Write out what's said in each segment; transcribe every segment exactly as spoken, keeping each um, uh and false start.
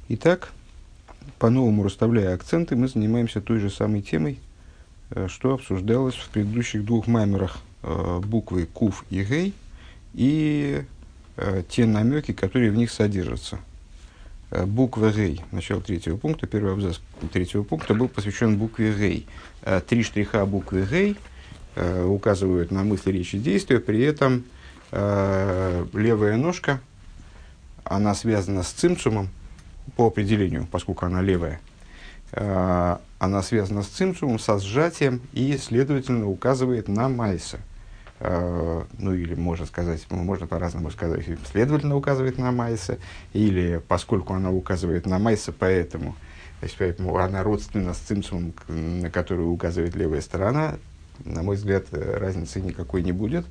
Итак, по-новому расставляя акценты, мы занимаемся той же самой темой, что обсуждалось в предыдущих двух маймерах буквы Кув и Гей и те намеки, которые в них содержатся. Буква Гей, начало третьего пункта, первый абзац третьего пункта был посвящен букве Гей. Три штриха буквы Гей указывают на мысли, речи, действия, при этом левая ножка, она связана с цимцумом по определению, поскольку она левая. Она связана с цимцумом, со сжатием и, следовательно, указывает на майса. Ну, или можно сказать, можно по-разному сказать, следовательно, указывает на майса, или поскольку она указывает на майса, поэтому, значит, поэтому она родственна с цимцумом, на который указывает левая сторона. На мой взгляд, разницы никакой не будет.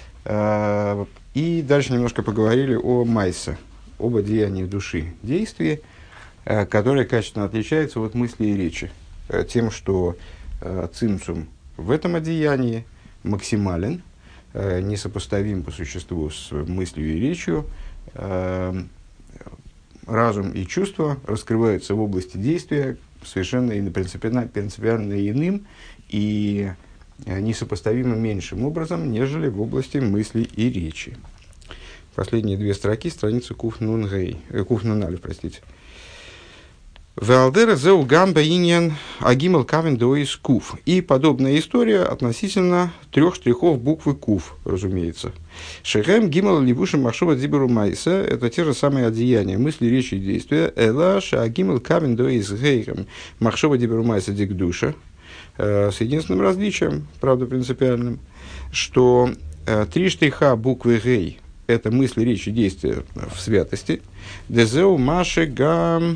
И дальше немножко поговорили о майсе, об одеянии души, действии, которое качественно отличается от мысли и речи, тем, что цимцум в этом одеянии максимален, несопоставим по существу с мыслью и речью. Разум и чувства раскрываются в области действия совершенно и принципиально, принципиально иным и несопоставимо меньшим образом, нежели в области мысли и речи. Последние две строки, страницы Кув Нун Гей, Кув Нун Алеф, простите. Валдера зеу гамба иньян агимел кавен доис кув. И подобная история относительно трех штрихов буквы кув, разумеется. Шехем гимел либушем махшова дзиберу майса. Это те же самые одеяния, мысли, речи и действия. Эла ша агимел кавен доис гейрем махшова дзиберу майса дикдуша. С единственным различием, правда принципиальным, что э, три штриха буквы гей – это мысли, речи, действия в святости. Дезеу маши гам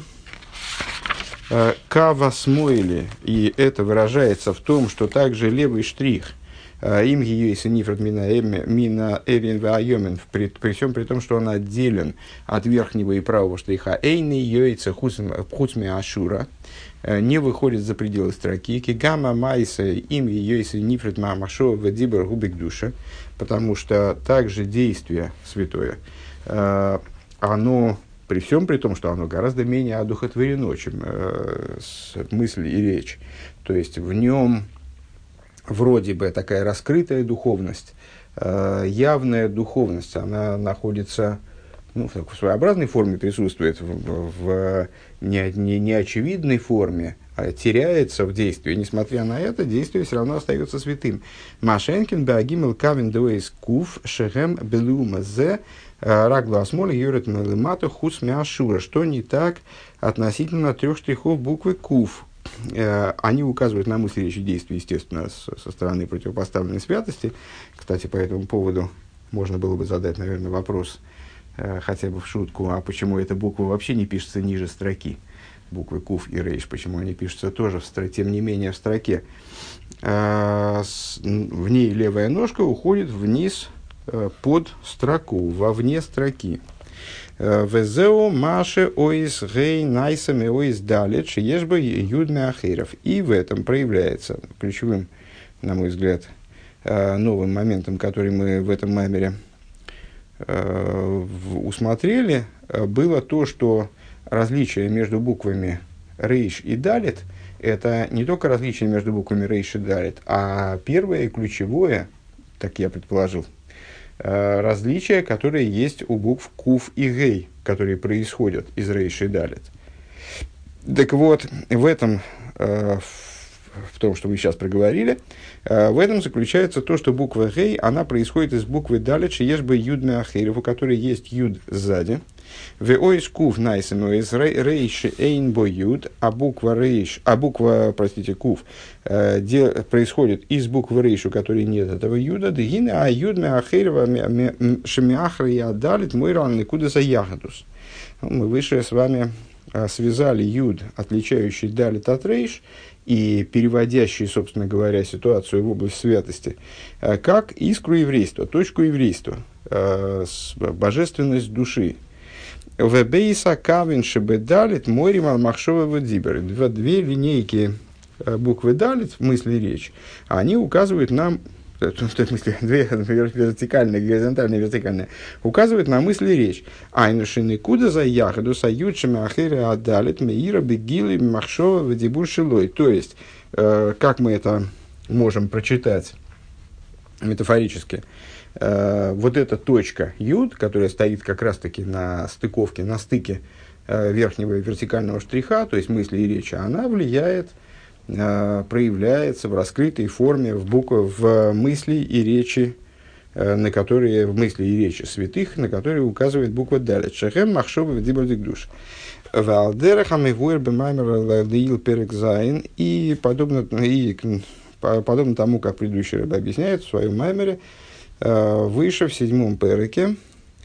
кава смойли. И это выражается в том, что также левый штрих им ее и нифрат мина эрин вайомен, при всем при том, что он отделен от верхнего и правого штриха эйны йойца хуцми ашура, не выходит за пределы строки кигама майса им ее и нифрат мамашо вадибр губик душа, потому что также действие святое, оно при всем при том, что оно гораздо менее одухотворено, чем э, мысль и речь. То есть в нем вроде бы такая раскрытая духовность, э, явная духовность, она находится, ну, в своеобразной форме присутствует, в, в не, не, неочевидной форме, а теряется в действии. Несмотря на это, действие все равно остается святым. Машенкин беагимел кавен дуэйс кув шехем белума зе рагла асмоли юрет мелемату хуц мяшура. Что не так относительно трех штрихов буквы кув? Они указывают на мысли, речи, действия, естественно, со стороны противопоставленной святости. Кстати, по этому поводу можно было бы задать, наверное, вопрос, хотя бы в шутку, а почему эта буква вообще не пишется ниже строки? Буквы Кув и Рейш, почему они пишутся тоже, в строке, тем не менее, в строке. В ней левая ножка уходит вниз под строку, вовне строки. Везеу маше оис гей найсами оис далет шиешба юдме ахеров. И в этом проявляется ключевым, на мой взгляд, новым моментом, который мы в этом маймере усмотрели, было то, что различие между буквами рейш и далет – это не только различие между буквами рейш и далет, а первое и ключевое, так я предположил, различия, которые есть у букв кув и гей, которые происходят из рейш и далет. Так вот, в этом, в том, что вы сейчас проговорили, в этом заключается то, что буква гей, она происходит из буквы далет шиешба юдме ахерев, у которой есть юд сзади. В оис кув найсем оис рейш эйн бо юд, а буква рейш, а буква, простите, кув э, де, происходит из буквы рейш, у которой нет этого юда, дгина а юдме ахерева шемиахра и адалит мой ран никуда за ягодус. Мы выше с вами э, связали юд, отличающий далит от рейш, и переводящий, собственно говоря, ситуацию в область святости, э, как искру еврейства, точку еврейства, э, божественность души. Вебейса кавин шебедалит мойримал махшова дибер. Две линейки буквы далит в мысли речь, они указывают нам в смысле, две вертикальные, горизонтальные, вертикальные, указывают на мысли и речь. Айнушины куда за яхаду саютшими ахире адалит меира бегили махшова вадибур шилой. То есть, э, как мы это можем прочитать метафорически, э, вот эта точка юд, которая стоит как раз-таки на стыковке, на стыке э, верхнего вертикального штриха, то есть мысли и речи, она влияет, проявляется в раскрытой форме в, буквы, в мысли и речи, на которые, в мысли и речи святых, на которые указывает буква далит. Шехем махшова вдибардик душ. И подобно, и подобно тому, как предыдущий рыба объясняет в своем маймере, выше в седьмом переке,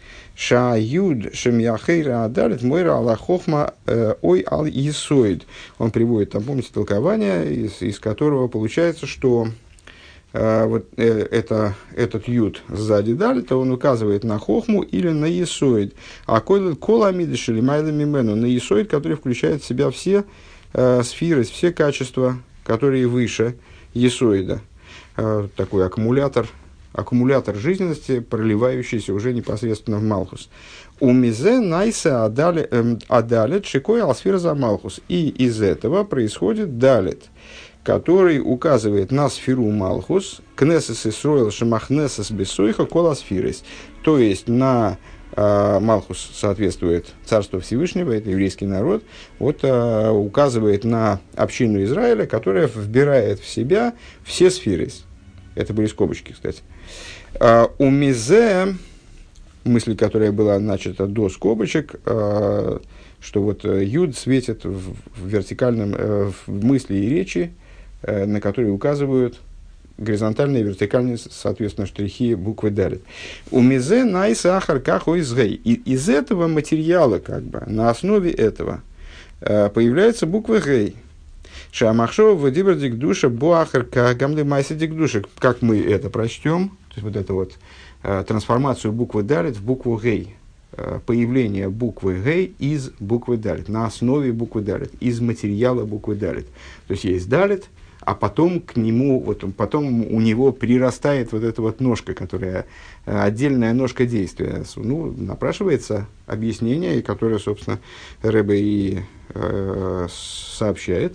Шаюд шемьяхейра адалит мойра алла хохма ой ал есоид. Он приводит, там, помните, толкование, из, из которого получается, что э, вот, э, это, этот юд сзади далит, он указывает на хохму или на есоид. А кола амидыш или майла мимену, на есоид, который включает в себя все э, сферы, все качества, которые выше есоида. Э, такой аккумулятор. аккумулятор жизненности, проливающийся уже непосредственно в Малхус. У мизе найса адалет шикой алсфира за Малхус. И из этого происходит далет, который указывает на сферу Малхус, кнесес Исроил шамахнесес бесойха коласфирис. То есть на э, Малхус соответствует Царство Всевышнего, это еврейский народ, вот э, указывает на общину Израиля, которая вбирает в себя все сферы. Это были скобочки, кстати. У мизе, мысль, которая была начата до скобочек, что вот юд светит в вертикальном, в мысли и речи, на которые указывают горизонтальные и вертикальные, соответственно, штрихи буквы далит. У мизе найса ахар кахо изгей. И из этого материала, как бы, на основе этого, появляется буква гей. Шамахшова вадибардик душа буахар кагамли майсадик душа. Как мы это прочтем? То есть вот эту вот э, трансформацию буквы далит в букву гей, э, появление буквы гей из буквы далит, на основе буквы далит, из материала буквы далит. То есть есть далит, а потом к нему, вот, потом у него прирастает вот эта вот ножка, которая э, отдельная ножка действия. Ну, напрашивается объяснение, которое, собственно, Ребе и э, сообщает.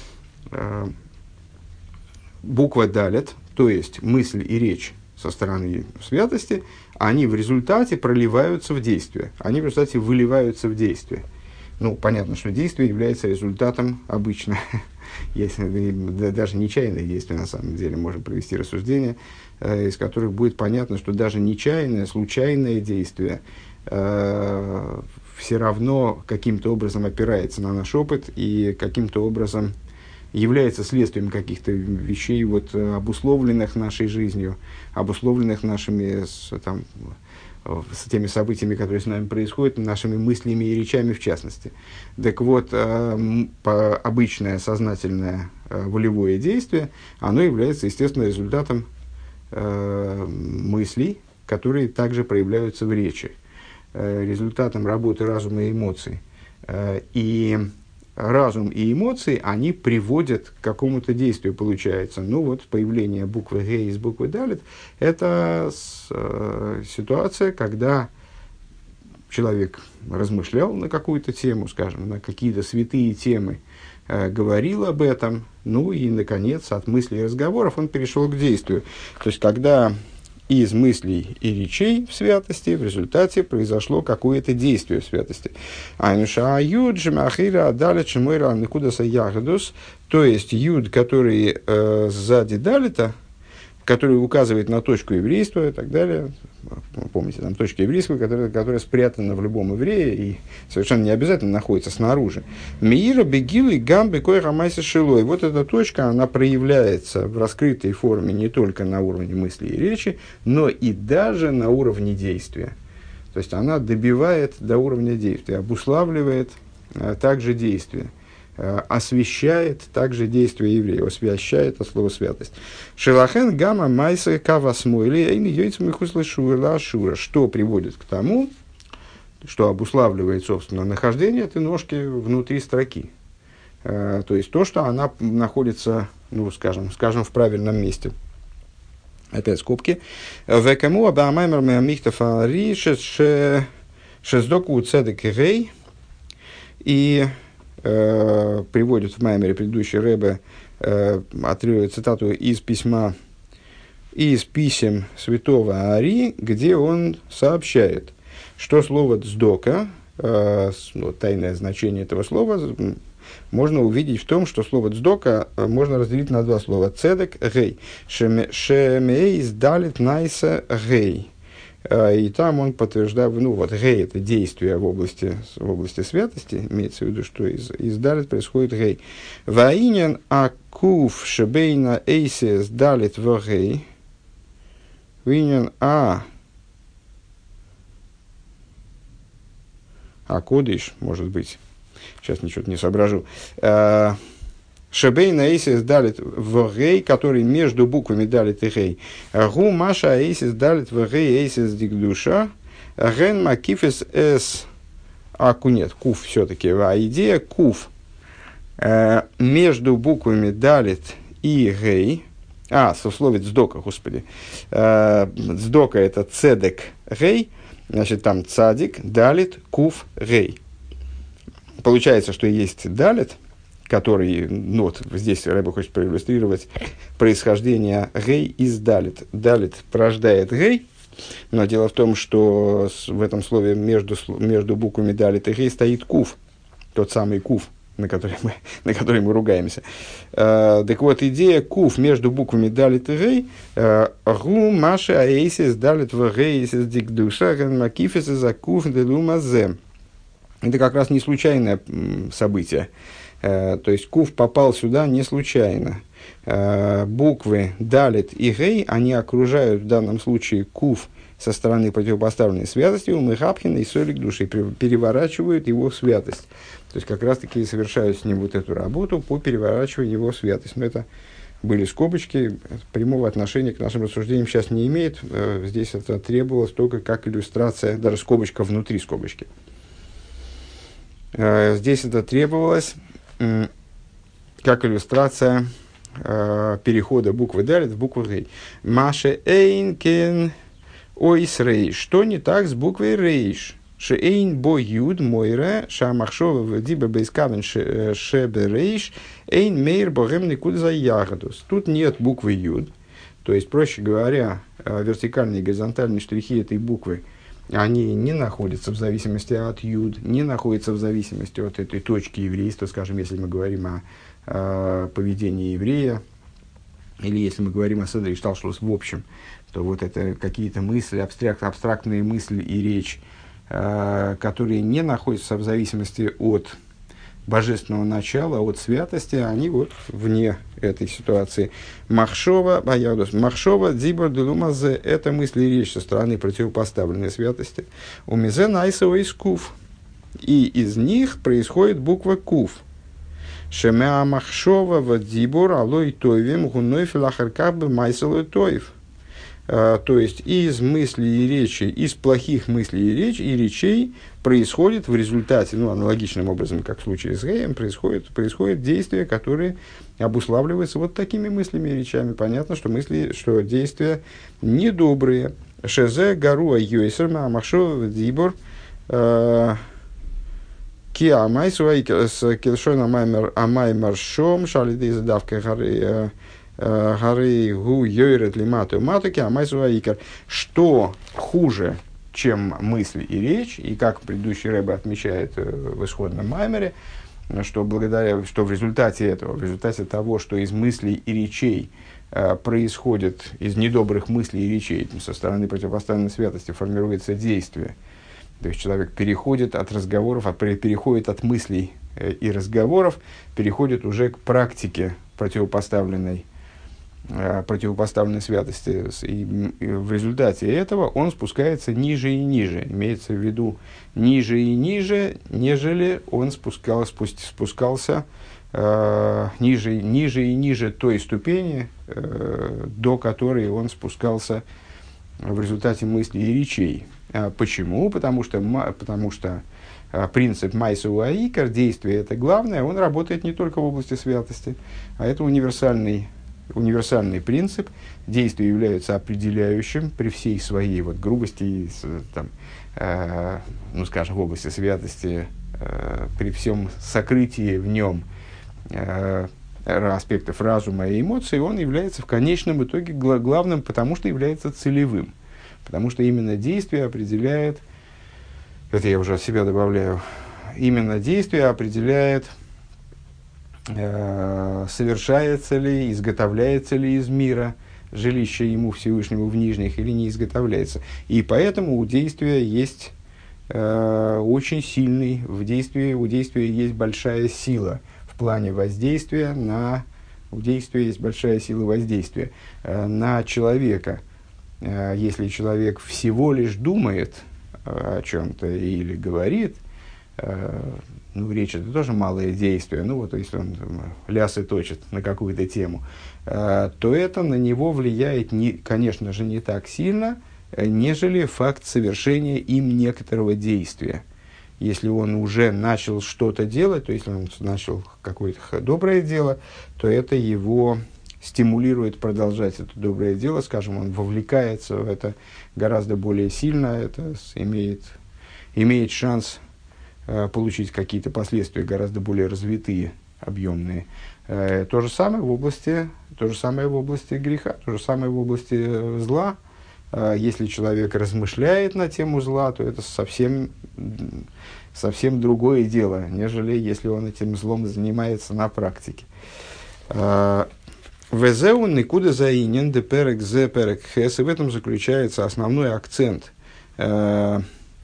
Буква далит, то есть мысль и речь со стороны святости, они в результате проливаются в действие, они в результате выливаются в действие. Ну, понятно, что действие является результатом обычно, если даже нечаянное действие, на самом деле, можем провести рассуждение, из которых будет понятно, что даже нечаянное, случайное действие э, все равно каким-то образом опирается на наш опыт и каким-то образом является следствием каких-то вещей, вот, обусловленных нашей жизнью, обусловленных нашими, с, там, с теми событиями, которые с нами происходят, нашими мыслями и речами в частности. Так вот, э, по, обычное сознательное э, волевое действие, оно является, естественно, результатом э, мыслей, которые также проявляются в речи, э, результатом работы разума и эмоций. Э, и разум и эмоции, они приводят к какому-то действию, получается. Ну вот, появление буквы Г из буквы Далит – это с, э, ситуация, когда человек размышлял на какую-то тему, скажем, на какие-то святые темы, э, говорил об этом, ну и, наконец, от мыслей и разговоров он перешел к действию. То есть, когда из мыслей и речей в святости в результате произошло какое-то действие в святости. То есть юд, который э, сзади далита, который указывает на точку еврейства и так далее. Помните, там точка еврейского, которая, которая спрятана в любом еврее и совершенно не обязательно находится снаружи. Миира бегилы гамбе кой рамайся шилой. Вот эта точка, она проявляется в раскрытой форме не только на уровне мысли и речи, но и даже на уровне действия. То есть она добивает до уровня действия, обуславливает а, также действие. Освящает также действие еврея, освящает от слова святость. Шелахен гамма майса кавасмойли эйни йойцем ихуслы шуэла шура, что приводит к тому, что обуславливает, собственно, нахождение этой ножки внутри строки. То есть то, что она находится, ну, скажем, скажем, в правильном месте. Опять скобки. Векаму абамаймер михтафа ри шездоку цедек гей. И э, приводит в маймере предыдущий Ребе э, отрывает цитату из письма, из писем святого Ари, где он сообщает, что слово «цдока», э, ну, тайное значение этого слова, можно увидеть в том, что слово «цдока» можно разделить на два слова. «Цедек» — «гей». «Шемейс далит найса гей». И там он подтверждает, ну вот гей — это действие в области, в области святости, имеется в виду, что из, из далит происходит гей. «Ваинен акув шебейна эйсес далит в гей». «Ваинен а». А кодиш, может быть. Сейчас ничего не соображу. Шебейна эйсис далит в гей, который между буквами далит и гей. Гу маша эйсис далит в гей эйсис дикдуша. Ген макифес эс. А, нет, куф все-таки. А идея куф. Между буквами далит и гей. А, сословие цдока, господи. Цдока — это цедек гей. Значит, там цадик, далит, куф, гей. Получается, что есть далит, который, ну вот здесь Рэбе хочет проиллюстрировать происхождение гей из далит. Далит порождает гей, но дело в том, что в этом слове между, между буквами далит и гей стоит куф, тот самый куф, на который мы, на который мы ругаемся. Uh, так вот, идея куф между буквами далит и гей, гу маши аэйсис далит в гейсис дикдуша ген макифис за куф делумазе. Это как раз не случайное событие. Uh, то есть куф попал сюда не случайно. Uh, буквы далит и гей, они окружают в данном случае куф со стороны противопоставленной святости, у Мехапхина и Солик души, переворачивают его в святость. То есть, как раз-таки совершают с ним вот эту работу по переворачиванию его в святость. Но это были скобочки, прямого отношения к нашим рассуждениям сейчас не имеет. Здесь это требовалось только как иллюстрация, даже скобочка внутри скобочки. Здесь это требовалось как иллюстрация перехода буквы далит в букву гей. Маше эйнкен ойс рейш. Что не так с буквой рейш? Шеэйн бо юд мойра шамахшова диба бейскавен шебе рейш эйн мейр богем никуда за ягодус. Тут нет буквы юд. То есть, проще говоря, вертикальные и горизонтальные штрихи этой буквы, они не находятся в зависимости от юд, не находятся в зависимости от этой точки еврейства, скажем, если мы говорим о, о поведении еврея, или если мы говорим о седре шталшлус в общем, то вот это какие-то мысли, абстракт, абстрактные мысли и речь, э, которые не находятся в зависимости от божественного начала, от святости, они вот вне этой ситуации. Махшова, боярдус, махшова, дзибор делумазе, это мысли и речь со стороны противопоставленной святости. У мизе найсова из куф. И из них происходит буква куф. Шемеа махшова в дзибор алой тойвим гуной филахаркабы майсалой тойв. Uh, то есть из мыслей и речи, из плохих мыслей и, реч, и речей происходит в результате, ну, аналогичным образом, как в случае с Геем, происходит, происходит действие, которое обуславливается вот такими мыслями и речами. Понятно, что мысли, что действия недобрые. Шезе гаруа йойсерма амашова дибор ки амайсуай с килшон амаймар шом шалиды задавка гары Гары гу йойрет лимату матуки, а майсуаикар. Что хуже, чем мысль и речь, и как предыдущий Ребе отмечает в исходном маймере, что благодаря, что в результате этого, в результате того, что из мыслей и речей э, происходит, из недобрых мыслей и речей со стороны противопоставленной святости формируется действие. То есть человек переходит от разговоров, от, переходит от мыслей э, и разговоров, переходит уже к практике противопоставленной противопоставленной святости, и в результате этого он спускается ниже и ниже, имеется в виду ниже и ниже, нежели он спускал, спусть, спускался э, ниже, ниже и ниже той ступени, э, до которой он спускался в результате мыслей и речей. А почему? Потому что, потому что принцип майсу аикар, действие это главное, он работает не только в области святости, а это универсальный универсальный принцип. Действия являются определяющим при всей своей вот грубости, и, там, э, ну, скажем, в области святости, э, при всем сокрытии в нем э, аспектов разума и эмоций, он является в конечном итоге гла- главным, потому что является целевым. Потому что именно действие определяет, это я уже от себя добавляю, именно действие определяет, э, совершается ли, изготовляется ли из мира жилище ему Всевышнему в нижних или не изготовляется. И поэтому у действия есть э, очень сильный, в действии, у действия есть большая сила в плане воздействия на, у действия есть большая сила воздействия э, на человека. Э, если человек всего лишь думает о чем-то или говорит, э, ну, речь это тоже малое действие, ну, вот если он там, лясы точит на какую-то тему, э, то это на него влияет, не, конечно же, не так сильно, э, нежели факт совершения им некоторого действия. Если он уже начал что-то делать, то если он начал какое-то доброе дело, то это его стимулирует продолжать это доброе дело, скажем, он вовлекается в это гораздо более сильно, это имеет, имеет шанс э, получить какие-то последствия гораздо более развитые, объемные. Э, то же самое в области, то же самое в области греха, то же самое в области э, зла. Э, если человек размышляет на тему зла, то это совсем, совсем другое дело, нежели если он этим злом занимается на практике. Э, Везеу никуда заинен де перек зе перек хес, и в этом заключается основной акцент э,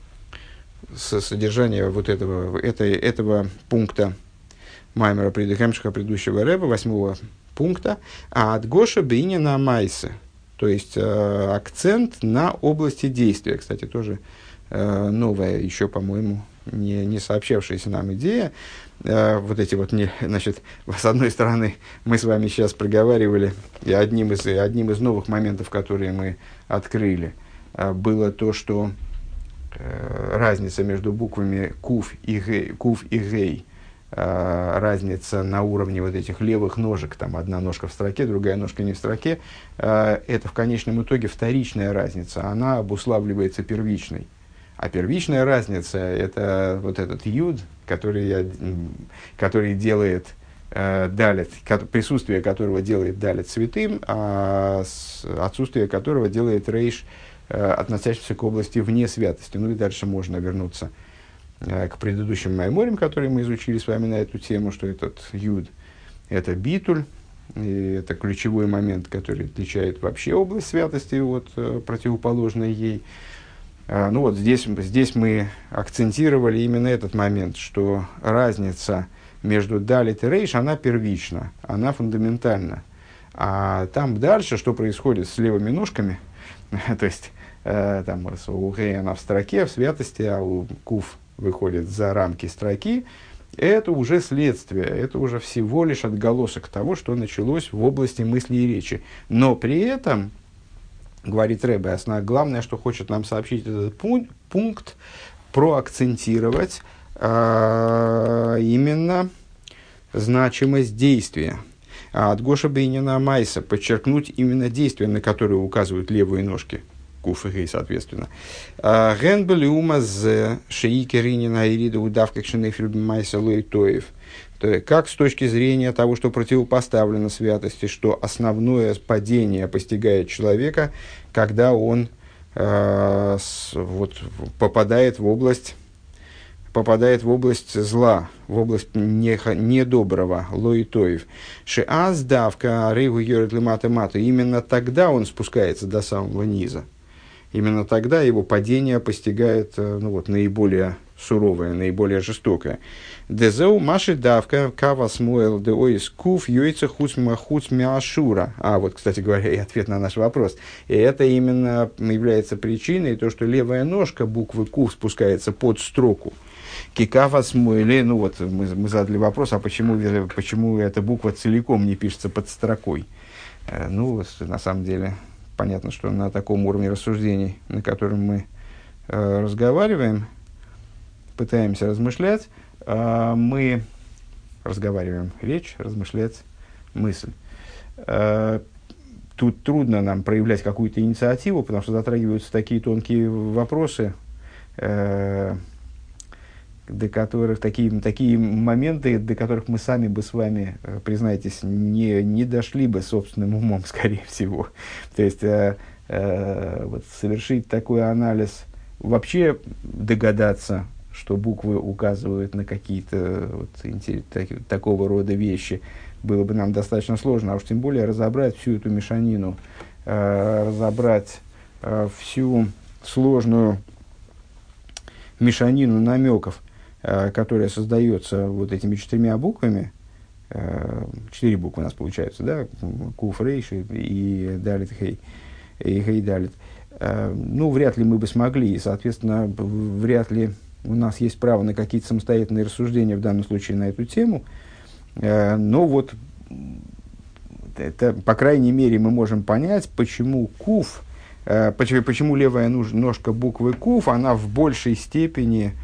содержания вот этого, этой, этого пункта Маймера Предыхемшиха предыдущего рэба, восьмого пункта, а от Гоша бейнина майсе, то есть э, акцент на области действия. Кстати, тоже э, новая, еще, по-моему, не, не сообщавшаяся нам идея. Uh, вот эти вот, не, значит, с одной стороны, мы с вами сейчас проговаривали, и одним из, одним из новых моментов, которые мы открыли, uh, было то, что uh, разница между буквами куф и гей, куф и гей, uh, разница на уровне вот этих левых ножек, там одна ножка в строке, другая ножка не в строке, uh, это в конечном итоге вторичная разница, она обуславливается первичной. А первичная разница – это вот этот юд, который, я, который делает э, далит, присутствие которого делает далит святым, а с, отсутствие которого делает рейш, э, относящийся к области вне святости. Ну и дальше можно вернуться э, к предыдущим майморим, которые мы изучили с вами на эту тему, что этот юд – это битуль, и это ключевой момент, который отличает вообще область святости от э, противоположной ей. Ну вот здесь, здесь мы акцентировали именно этот момент, что разница между далит и рейш, она первична, она фундаментальна. А там дальше, что происходит с левыми ножками, то есть э, там у гей она в строке, в святости, а у куф выходит за рамки строки, это уже следствие, это уже всего лишь отголосок того, что началось в области мысли и речи. Но при этом, говорит Ребе, основное, главное, что хочет нам сообщить этот пункт, пункт проакцентировать э, именно значимость действия. А от Гоша Бейнина Майса подчеркнуть именно действия, на которые указывают левые ножки, куф и гей, соответственно. Ген белиума з шеикеринина ирида удавка кшенефиль майса лойтоев. Как с точки зрения того, что противопоставлено святости, что основное падение постигает человека, когда он э, с, вот, попадает в область, попадает в область зла, в область не, недоброго, лоитоев. Шиаз давка рейгу йорет лимата мату. Именно тогда он спускается до самого низа. Именно тогда его падение постигает ну, вот, наиболее суровое, наиболее жестокое. Дезеу маши давка кава смоэл де оис куф йойца хуц махуц миашура. А вот, кстати говоря, и ответ на наш вопрос. И это именно является причиной, то, что левая ножка буквы куф спускается под строку. Кикава смоэле, ну вот мы, мы задали вопрос, а почему, почему эта буква целиком не пишется под строкой? Ну, на самом деле, понятно, что на таком уровне рассуждений, на котором мы э, разговариваем, пытаемся размышлять, э, мы разговариваем речь, размышлять мысль. Э, тут трудно нам проявлять какую-то инициативу, потому что затрагиваются такие тонкие вопросы, э, до которых, такие, такие моменты, до которых мы сами бы с вами, признайтесь, не, не дошли бы собственным умом, скорее всего. То есть, э, э, вот, совершить такой анализ, вообще догадаться, что буквы указывают на какие-то вот, так, такого рода вещи, было бы нам достаточно сложно, а уж тем более разобрать всю эту мешанину, э, разобрать э, всю сложную мешанину намеков, которая создается вот этими четырьмя буквами, четыре буквы у нас получаются, да, куф, рейш и далит, хей, и хей далит. Ну, вряд ли мы бы смогли, и, соответственно, вряд ли у нас есть право на какие-то самостоятельные рассуждения в данном случае на эту тему. Но вот, это, по крайней мере, мы можем понять, почему куф, почему, почему левая ножка буквы куф, она в большей степени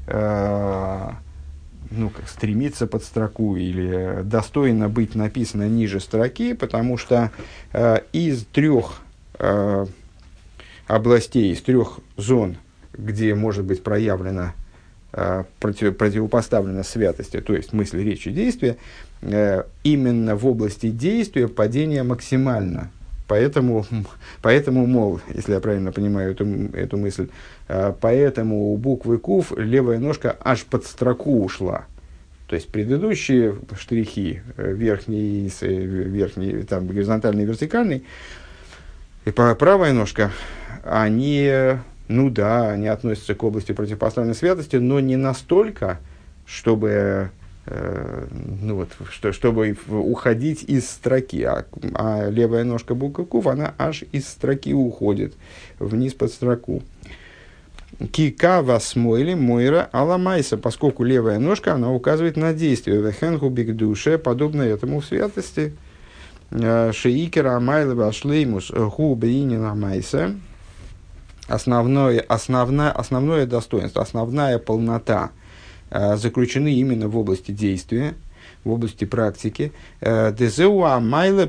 ну, как стремиться под строку или достойно быть написано ниже строки, потому что э, из трех э, областей, из трех зон, где может быть проявлена, э, против, противопоставлена святости, то есть мысли, речи, действия, э, именно в области действия падение максимально. Поэтому, поэтому, мол, если я правильно понимаю эту, эту мысль, э, поэтому у буквы куф левая ножка аж под строку ушла. То есть предыдущие штрихи, э, верхний, верхний, там, горизонтальный и вертикальный, и правая ножка, они, ну да, они относятся к области противопоставленной святости, но не настолько, чтобы... Ну вот, что, чтобы уходить из строки, а, а левая ножка буквы куф, она аж из строки уходит вниз под строку. Кика восмойли мойра аламайса, поскольку левая ножка, она указывает на действие. Вехенху бигдуше, подобно этому в святости. Шеикера амайла вашлеймус ху бейнина майса. Основное, основное, основное достоинство, основная полнота заключены именно в области действия, в области практики. В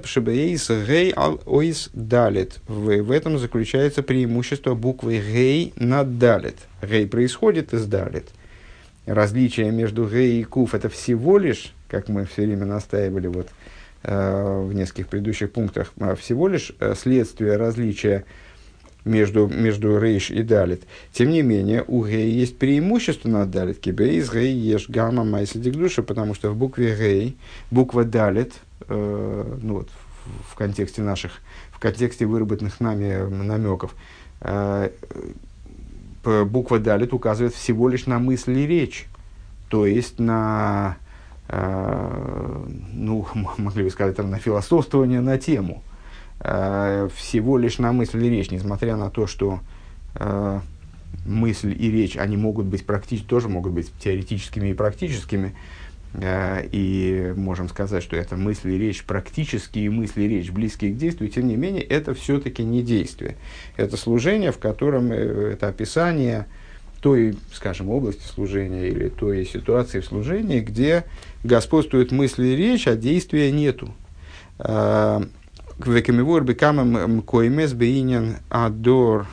этом заключается преимущество буквы гей над далит. Гей происходит из далит. Различие между гей и куф — это всего лишь, как мы все время настаивали вот, в нескольких предыдущих пунктах, всего лишь следствие различия между, между рейш и далит. Тем не менее, у гей есть преимущество над далит. Кибейс гей еш гамма майса дикдуша, потому что в букве гей, буква далит, э, ну вот, в, в контексте наших, в контексте выработанных нами намеков, э, буква далит указывает всего лишь на мысль и речь, то есть на, э, ну, могли бы сказать, там, на философствование на тему. Всего лишь на мысль и речь, несмотря на то, что э, мысль и речь, они могут быть практически, тоже могут быть теоретическими и практическими, э, и можем сказать, что это мысль и речь практические, мысли и речь близкие к действию, тем не менее, это все-таки не действие. Это служение, в котором э, это описание той, скажем, области служения или той ситуации в служении, где господствует мысль и речь, а действия нету. Э, Векамивур бекамам коймес бейнен адор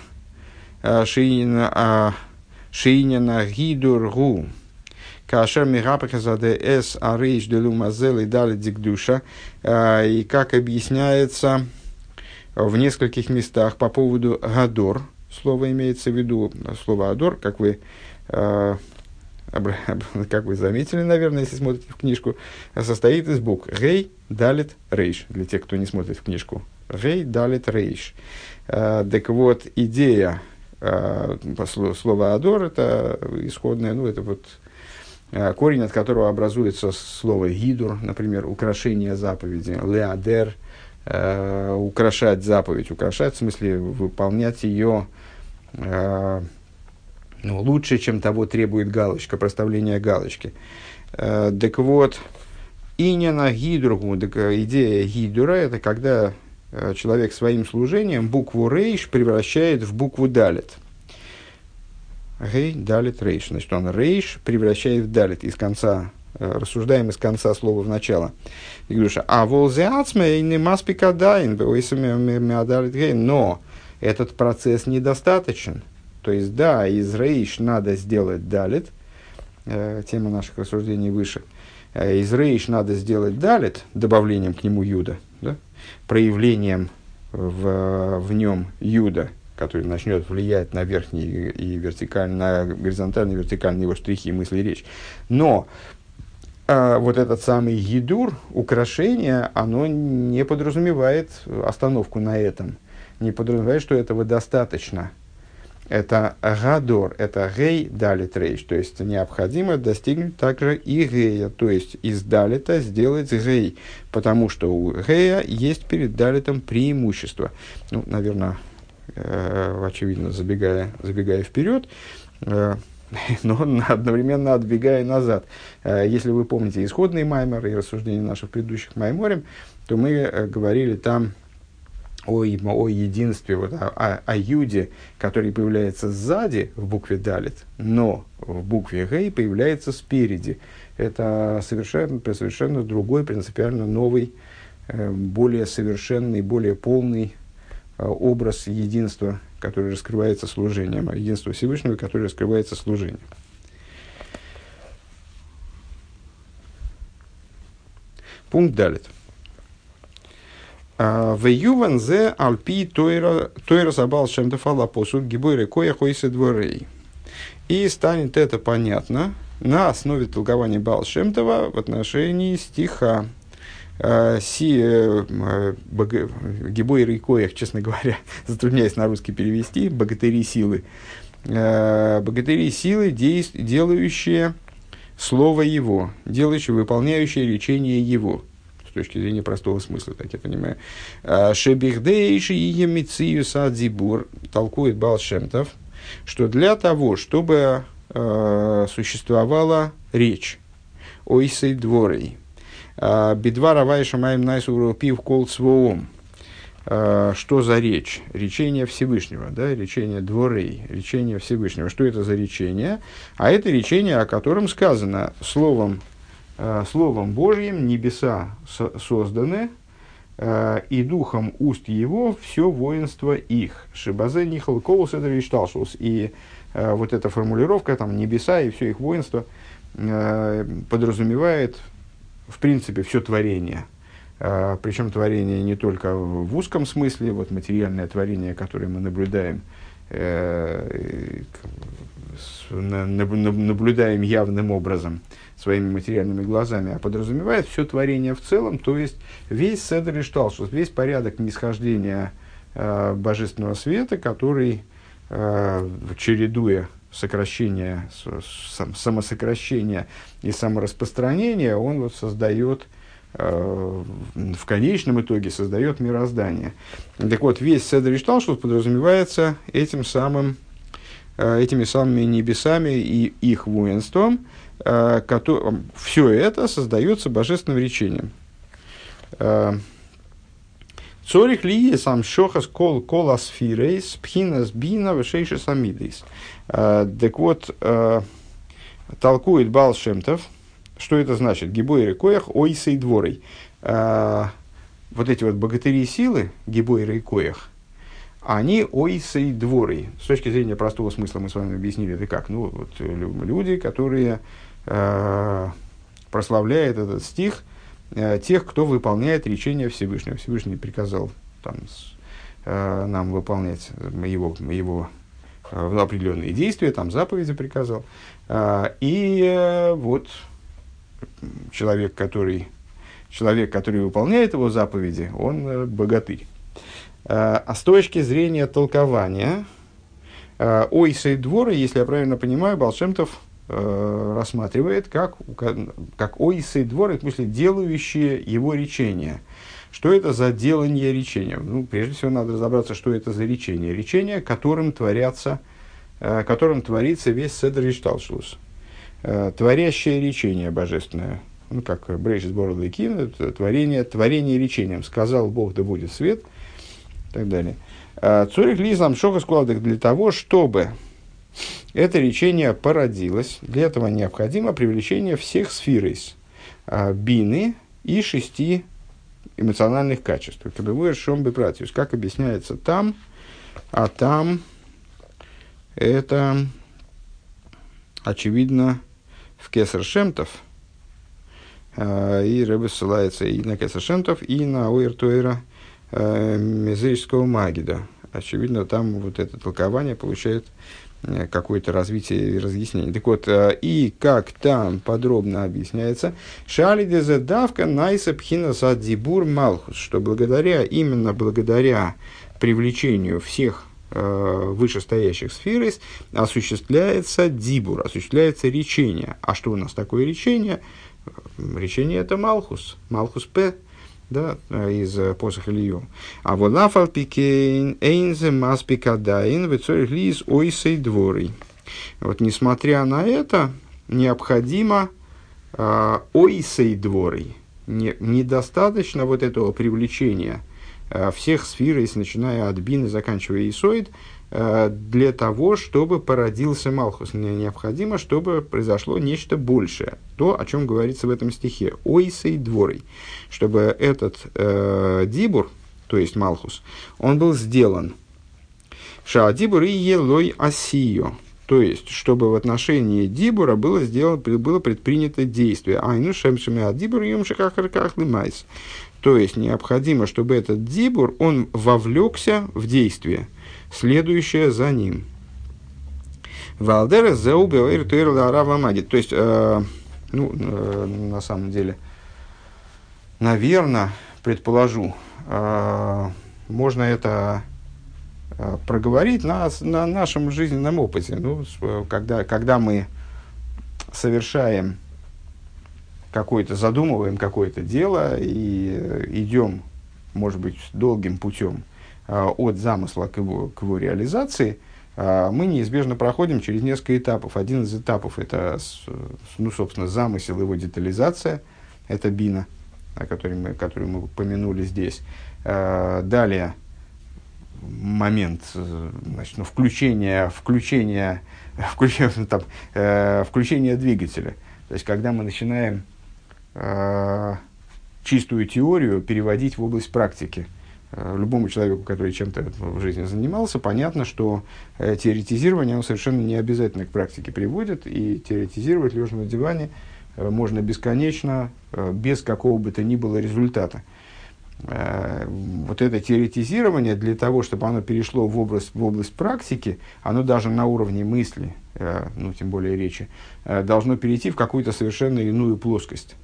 шиина гидур гу. Кашер мирапаха заде эс арейш делу мазел и дали дикдуша. И как объясняется в нескольких местах по поводу гадор, слово имеется в виду, слово адор, как вы как вы заметили, наверное, если смотрите в книжку, состоит из букв гей, далит, рейш. Для тех, кто не смотрит в книжку. Гей, далит, рейш. Uh, так вот, идея uh, слова адор, это исходная, ну, это вот uh, корень, от которого образуется слово гидур, например, украшение заповеди, леадер, uh, украшать заповедь, украшать, в смысле, выполнять ее uh, ну, лучше, чем того требует галочка, проставление галочки. Э, так вот, иньяна гидургу, идея гидура, это когда э, человек своим служением букву рейш превращает в букву далит. Гей, далит, рейш. Значит, он рейш превращает в далит. Из конца рассуждаем из конца слова в начало. А волзеацме не маспикадаин, но этот процесс недостаточен. То есть, да, из рейш надо сделать далит, тема наших рассуждений выше. Из рейш надо сделать далит, добавлением к нему юда, да, проявлением в, в нем юда, который начнет влиять на верхние и вертикальные, на горизонтальные и вертикальные его штрихи, мысли и речь. Но а, вот этот самый едур, украшение, оно не подразумевает остановку на этом, не подразумевает, что этого достаточно. Это гадор, это гей далит рейш, то есть необходимо достигнуть также и гея, то есть из далита сделать гей, потому что у гея есть перед далитом преимущество. Ну, наверное, э, очевидно, забегая, забегая вперед, э, но одновременно отбегая назад. Э, если вы помните исходные майморы и рассуждения наших предыдущих майморим, то мы э, говорили там О, о единстве, вот, о, о, о юде, который появляется сзади в букве далит, но в букве гей появляется спереди. Это совершенно, совершенно другой, принципиально новый, более совершенный, более полный образ единства, который раскрывается служением, а единство Всевышнего, которое раскрывается служением. Пункт далит. В юван зе альпи тойра сабал шемтефала посуд гибойре коя хойсе дворей. И станет это понятно на основе толкования Баал Шем-Това в отношении стиха си гибойре коях, честно говоря, затрудняюсь на русский перевести, богатыри силы. Богатыри силы, делающие слово его, делающие, выполняющие речение его. С точки зрения простого смысла, так я понимаю. Шебихдейши и емицию садзибур, толкует Баал Шем-Тов, что для того, чтобы э, существовала речь, ойсей дворей, бедвара вайша маем найсуру пив кол цвоом, что за речь? Речение Всевышнего, да, речение дворей, речение Всевышнего. Что это за речение? А это речение, о котором сказано словом, Словом Божьим небеса созданы, и духом уст его все воинство их. Шибазе нихал коус это вишталшус. И вот эта формулировка, там, небеса и все их воинство, подразумевает, в принципе, все творение. Причем творение не только в узком смысле, вот материальное творение, которое мы наблюдаем, наблюдаем явным образом своими материальными глазами, а подразумевает все творение в целом, то есть весь седер и шталшус, весь порядок нисхождения э, божественного света, который, э, чередуя сокращение, сам, самосокращение и самораспространение, он вот создает, э, в конечном итоге создает мироздание. Так вот, весь седер и шталшус подразумевается этим самым, э, этими самыми небесами и их воинством, который, все это создается божественным речением. Цорих ли сам шохас кол коласфирейс пхинас бина вешейши самидейс. Так вот, толкует Баал Шем-Тов, что это значит? Гибойры коях ойсей дворей. Вот эти вот богатыри силы, гибойры коях, они ойсей дворей. С точки зрения простого смысла мы с вами объяснили, это как? Ну, вот, люди, которые э, прославляют этот стих, э, тех, кто выполняет речение Всевышнего. Всевышний приказал там, с, э, нам выполнять его, его э, определенные действия, там заповеди приказал. Э, и э, вот человек который, человек, который выполняет его заповеди, он э, богатырь. А с точки зрения толкования, ойсей двора, если я правильно понимаю, Баал Шем-Тов э, рассматривает как, как ойсей двора, в смысле делающие его речение. Что это за делание речения? Ну, прежде всего, надо разобраться, что это за речение. Речение, которым, творятся, э, которым творится весь седер ишталшус. Э, творящее речение божественное. Ну, как Брейшис Борла и Ким, творение, творение речением. Сказал Бог, да будет свет. И так далее. Цорих лизам шока складок для того, чтобы это речение породилось, для этого необходимо привлечение всех сфирейс, бины и шести эмоциональных качеств. Как объясняется там, а там это, очевидно, в Кесар Шемтов, и Ребе ссылается и на Кесар Шемтов, и на Ойр Тойра Мезейского Магида. Очевидно, там вот это толкование получает какое-то развитие и разъяснение. Так вот, и как там подробно объясняется, Шали дезедавка найса пхина саддибур малхус, что благодаря, именно благодаря привлечению всех э, вышестоящих сфер осуществляется дибур, осуществляется речение. А что у нас такое речение? Речение это малхус, малхус п, да, из посоха Илью. А вот лафал пикейн эйнзе маспикадайн вецорих лиз ойсей дворы. Вот несмотря на это, необходимо э, ойсей дворы. Не, недостаточно вот этого привлечения э, всех сфер, если начиная от бины, заканчивая исоид, э, для того, чтобы породился малхус. Необходимо, чтобы произошло нечто большее. То, о чем говорится в этом стихе. Ойсей дворы. Чтобы этот э, дибур, то есть малхус, он был сделан. Ша дибур и елой асио. То есть, чтобы в отношении дибура было, сделано, было предпринято действие. Айну шемшами а дибур юмшикахарках лимайс. То есть, необходимо, чтобы этот дибур, он вовлекся в действие, следующее за ним. Валдера заубивает туэрла арава магит. То есть, э, ну, э, на самом деле, наверное, предположу, э, можно это э, проговорить на, на нашем жизненном опыте. Ну, когда, когда мы совершаем какое-то, задумываем какое-то дело и идем, может быть, долгим путем э, от замысла к его, к его реализации, э, мы неизбежно проходим через несколько этапов. Один из этапов – это, ну, собственно, замысел, его детализация, это бина, о которой мы, которую мы упомянули здесь. Э, далее момент, значит, ну, включения, включения, включения, там, э, включения двигателя. То есть, когда мы начинаем э, чистую теорию переводить в область практики. Э, любому человеку, который чем-то в жизни занимался, понятно, что э, теоретизирование оно совершенно не обязательно к практике приводит, и теоретизировать лежа на диване можно бесконечно, без какого бы то ни было результата. Вот это теоретизирование, для того, чтобы оно перешло в область, в область практики, оно даже на уровне мысли, ну, тем более речи, должно перейти в какую-то совершенно иную плоскость.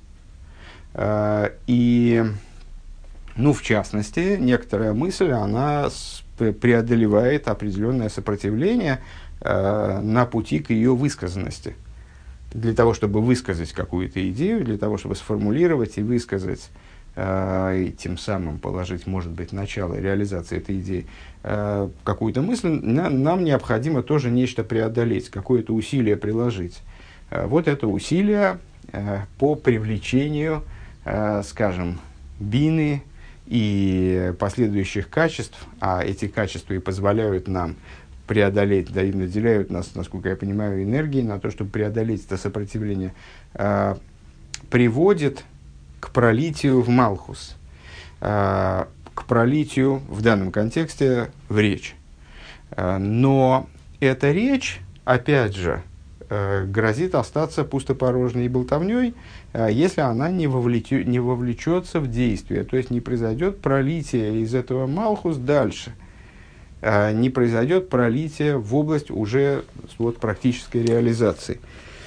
И, ну, в частности, некоторая мысль, она преодолевает определенное сопротивление на пути к ее высказанности. Для того, чтобы высказать какую-то идею, для того, чтобы сформулировать и высказать, э, и тем самым положить, может быть, начало реализации этой идеи, э, какую-то мысль, на, нам необходимо тоже нечто преодолеть, какое-то усилие приложить. Э, вот это усилие э, по привлечению, э, скажем, бины и последующих качеств, а эти качества и позволяют нам преодолеть, да, и наделяют нас, насколько я понимаю, энергией на то, чтобы преодолеть это сопротивление, э, приводит к пролитию в Малхус, э, к пролитию в данном контексте в речь. Э, но эта речь, опять же, э, грозит остаться пустопорожней болтовней, э, если она не, вовлечет, не вовлечется в действие, то есть не произойдет пролитие из этого Малхус дальше. Не произойдет пролитие в область уже вот, практической реализации.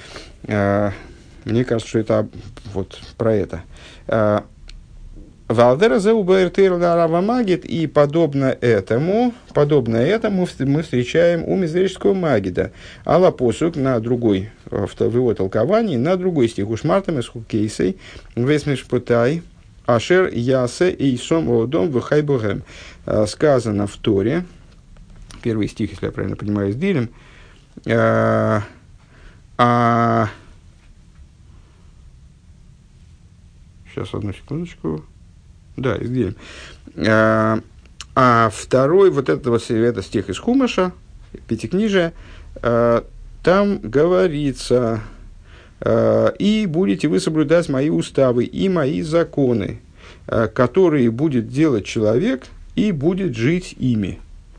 Мне кажется, что это вот про это. Валдера зеубаэртырла магит, и подобно этому, подобно этому мы встречаем у мизрического магида. Алла посук на другой, в его толковании, на другой стих. Ушмартам из хукейсей, весмишпутай, ашер ясе и сом одом вхай богем. Сказано в Торе, первый стих, если я правильно понимаю, с Дилем. А, а, сейчас, одну секундочку. Да, с Дилем. А, а второй, вот это, вот, это стих из Хумаша, Пятикнижия, а, там говорится, и будете вы соблюдать мои уставы и мои законы, которые будет делать человек и будет жить ими.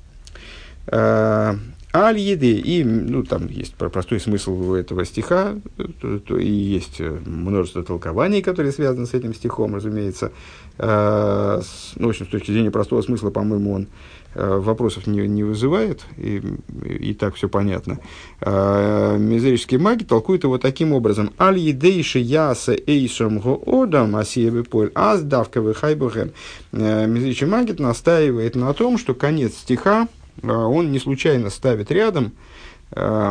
Аль-еды, и ну, там есть простой смысл этого стиха, то, то и есть множество толкований, которые связаны с этим стихом, разумеется. Э, с, ну, в общем, с точки зрения простого смысла, по-моему, он э, вопросов не, не вызывает, и, и так все понятно. Э, Мезерические маги толкуют его таким образом. Аль-едейши яса эйшам гоодам асиевы поль аздавковы хайбухем. Мезерический маги настаивает на том, что конец стиха он не случайно ставит рядом э,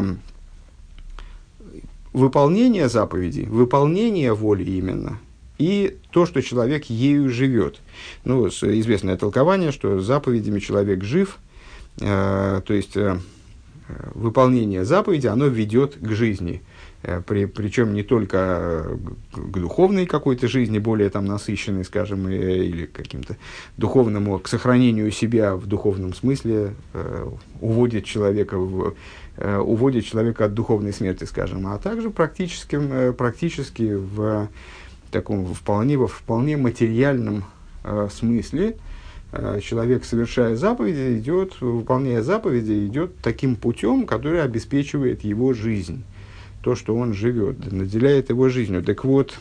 выполнение заповедей, выполнение воли именно, и то, что человек ею живет. Ну, известное толкование, что заповедями человек жив, э, то есть э, выполнение заповеди, оно ведет к жизни. При, причем не только к духовной какой-то жизни, более там насыщенной, скажем, или каким-то духовному, к сохранению себя в духовном смысле, э, уводит человека в, э, уводит человека от духовной смерти, скажем, а также практически, э, практически в таком вполне, во вполне материальном э, смысле э, человек, совершая заповеди, идет, выполняя заповеди, идет таким путем, который обеспечивает его жизнь. То, что он живет, наделяет его жизнью. Так вот,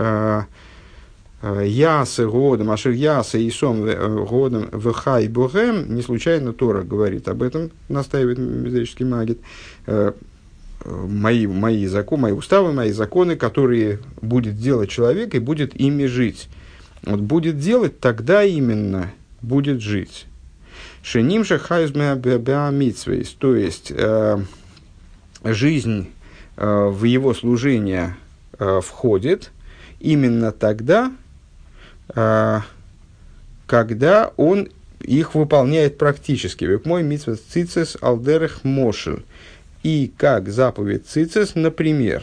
ясы годом, ашер ясы и сом годом вхай богем, не случайно Тора говорит об этом, настаивает мезерический магит, мои, мои законы, мои уставы, мои законы, которые будет делать человек и будет ими жить. Вот будет делать, тогда именно будет жить. Шенимша хайзме беамитсвейс, то есть жизнь в его служение э, входит именно тогда, э, когда он их выполняет практически. Век мой митцва цицес алдерех мошель. И как заповедь цицес, например.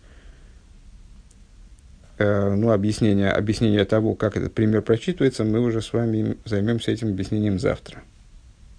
Э, ну, объяснение, объяснение того, как этот пример прочитывается, мы уже с вами займемся этим объяснением завтра.